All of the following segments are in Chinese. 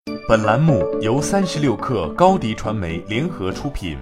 本栏目由36氪高迪传媒联合出品。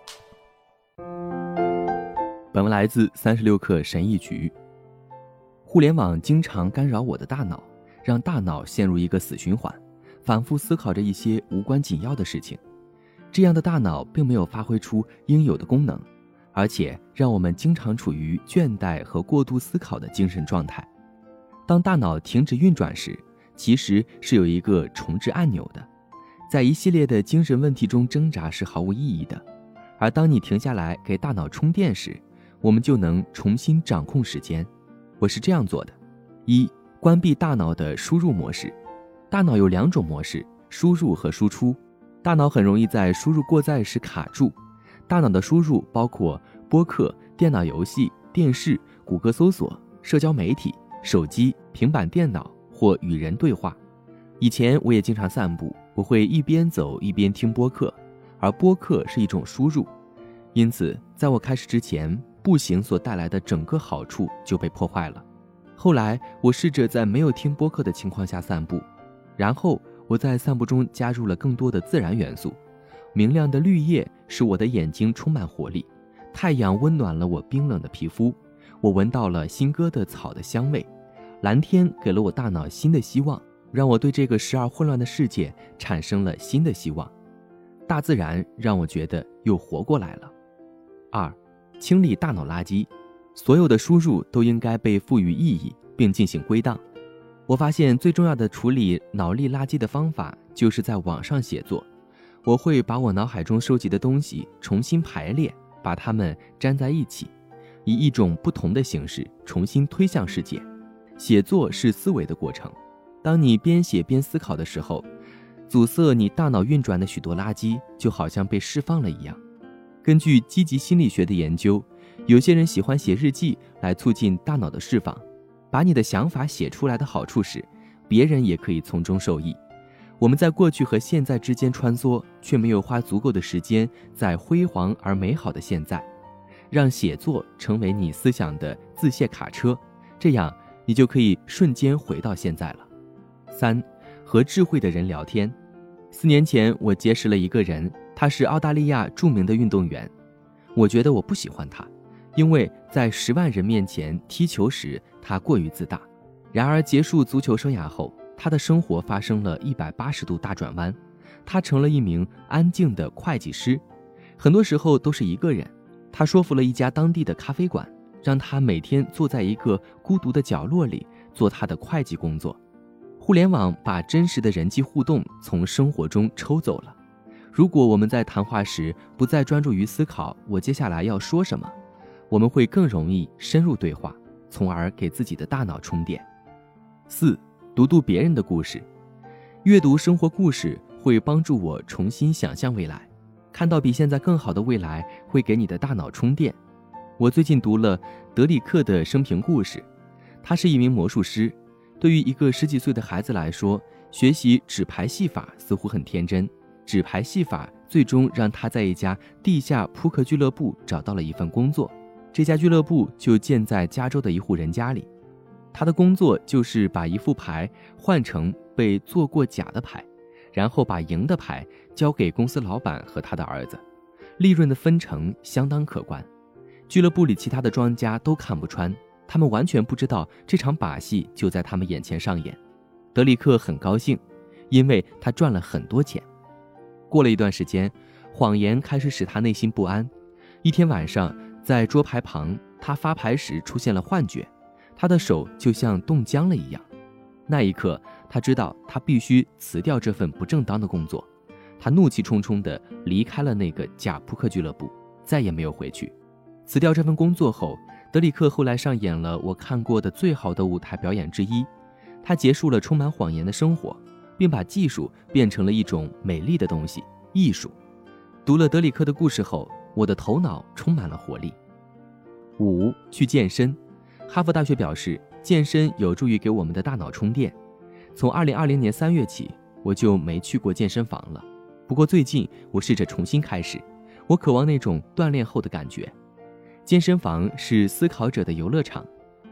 本文来自36氪神译局。互联网经常干扰我的大脑，让大脑陷入一个死循环，反复思考着一些无关紧要的事情。这样的大脑并没有发挥出应有的功能，而且让我们经常处于倦怠和过度思考的精神状态。当大脑停止运转时，其实是有一个重置按钮的。在一系列的精神问题中挣扎是毫无意义的，而当你停下来给大脑充电时，我们就能重新掌控时间。我是这样做的：一、关闭大脑的输入模式。大脑有两种模式，输入和输出。大脑很容易在输入过载时卡住。大脑的输入包括播客、电脑游戏、电视、谷歌搜索、社交媒体、手机、平板电脑或与人对话。以前我也经常散步，我会一边走一边听播客，而播客是一种输入。因此在我开始之前，步行所带来的整个好处就被破坏了。后来我试着在没有听播客的情况下散步，然后我在散步中加入了更多的自然元素。明亮的绿叶使我的眼睛充满活力，太阳温暖了我冰冷的皮肤，我闻到了新割的草的香味，蓝天给了我大脑新的希望，让我对这个时而混乱的世界产生了新的希望。大自然让我觉得又活过来了。二、清理大脑垃圾。所有的输入都应该被赋予意义，并进行归档。我发现最重要的处理脑力垃圾的方法就是在网上写作。我会把我脑海中收集的东西重新排列，把它们粘在一起，以一种不同的形式重新推向世界。写作是思维的过程，当你边写边思考的时候，阻塞你大脑运转的许多垃圾就好像被释放了一样。根据积极心理学的研究，有些人喜欢写日记来促进大脑的释放。把你的想法写出来的好处是，别人也可以从中受益。我们在过去和现在之间穿梭，却没有花足够的时间在辉煌而美好的现在。让写作成为你思想的自卸卡车，这样你就可以瞬间回到现在了。三、和智慧的人聊天。4年前我结识了一个人，他是澳大利亚著名的运动员。我觉得我不喜欢他，因为在10万人面前踢球时他过于自大。然而结束足球生涯后，他的生活发生了180度大转弯，他成了一名安静的会计师，很多时候都是一个人。他说服了一家当地的咖啡馆，让他每天坐在一个孤独的角落里做他的会计工作。互联网把真实的人际互动从生活中抽走了。如果我们在谈话时不再专注于思考我接下来要说什么，我们会更容易深入对话，从而给自己的大脑充电。4、读别人的故事。阅读生活故事会帮助我重新想象未来，看到比现在更好的未来会给你的大脑充电。我最近读了德里克的生平故事，他是一名魔术师。对于一个10几岁的孩子来说，学习纸牌戏法似乎很天真。纸牌戏法最终让他在一家地下扑克俱乐部找到了一份工作，这家俱乐部就建在加州的一户人家里。他的工作就是把一副牌换成被做过假的牌，然后把赢的牌交给公司老板和他的儿子，利润的分成相当可观。俱乐部里其他的庄家都看不穿，他们完全不知道这场把戏就在他们眼前上演。德里克很高兴，因为他赚了很多钱。过了一段时间，谎言开始使他内心不安。一天晚上，在桌牌旁，他发牌时出现了幻觉，他的手就像冻僵了一样。那一刻，他知道他必须辞掉这份不正当的工作。他怒气冲冲地离开了那个假扑克俱乐部，再也没有回去。辞掉这份工作后，德里克后来上演了我看过的最好的舞台表演之一。他结束了充满谎言的生活，并把技术变成了一种美丽的东西，艺术。读了德里克的故事后，我的头脑充满了活力。5、去健身。哈佛大学表示，健身有助于给我们的大脑充电。从2020年3月起，我就没去过健身房了。不过最近我试着重新开始，我渴望那种锻炼后的感觉。健身房是思考者的游乐场，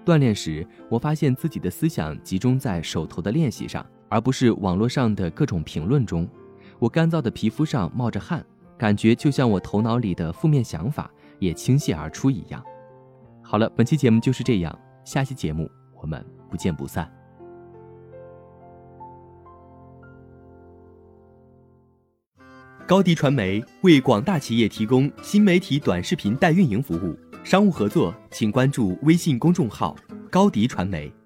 锻炼时，我发现自己的思想集中在手头的练习上，而不是网络上的各种评论中。我干燥的皮肤上冒着汗，感觉就像我头脑里的负面想法也倾泻而出一样。好了，本期节目就是这样，下期节目我们不见不散。高迪传媒为广大企业提供新媒体短视频代运营服务，商务合作请关注微信公众号高迪传媒。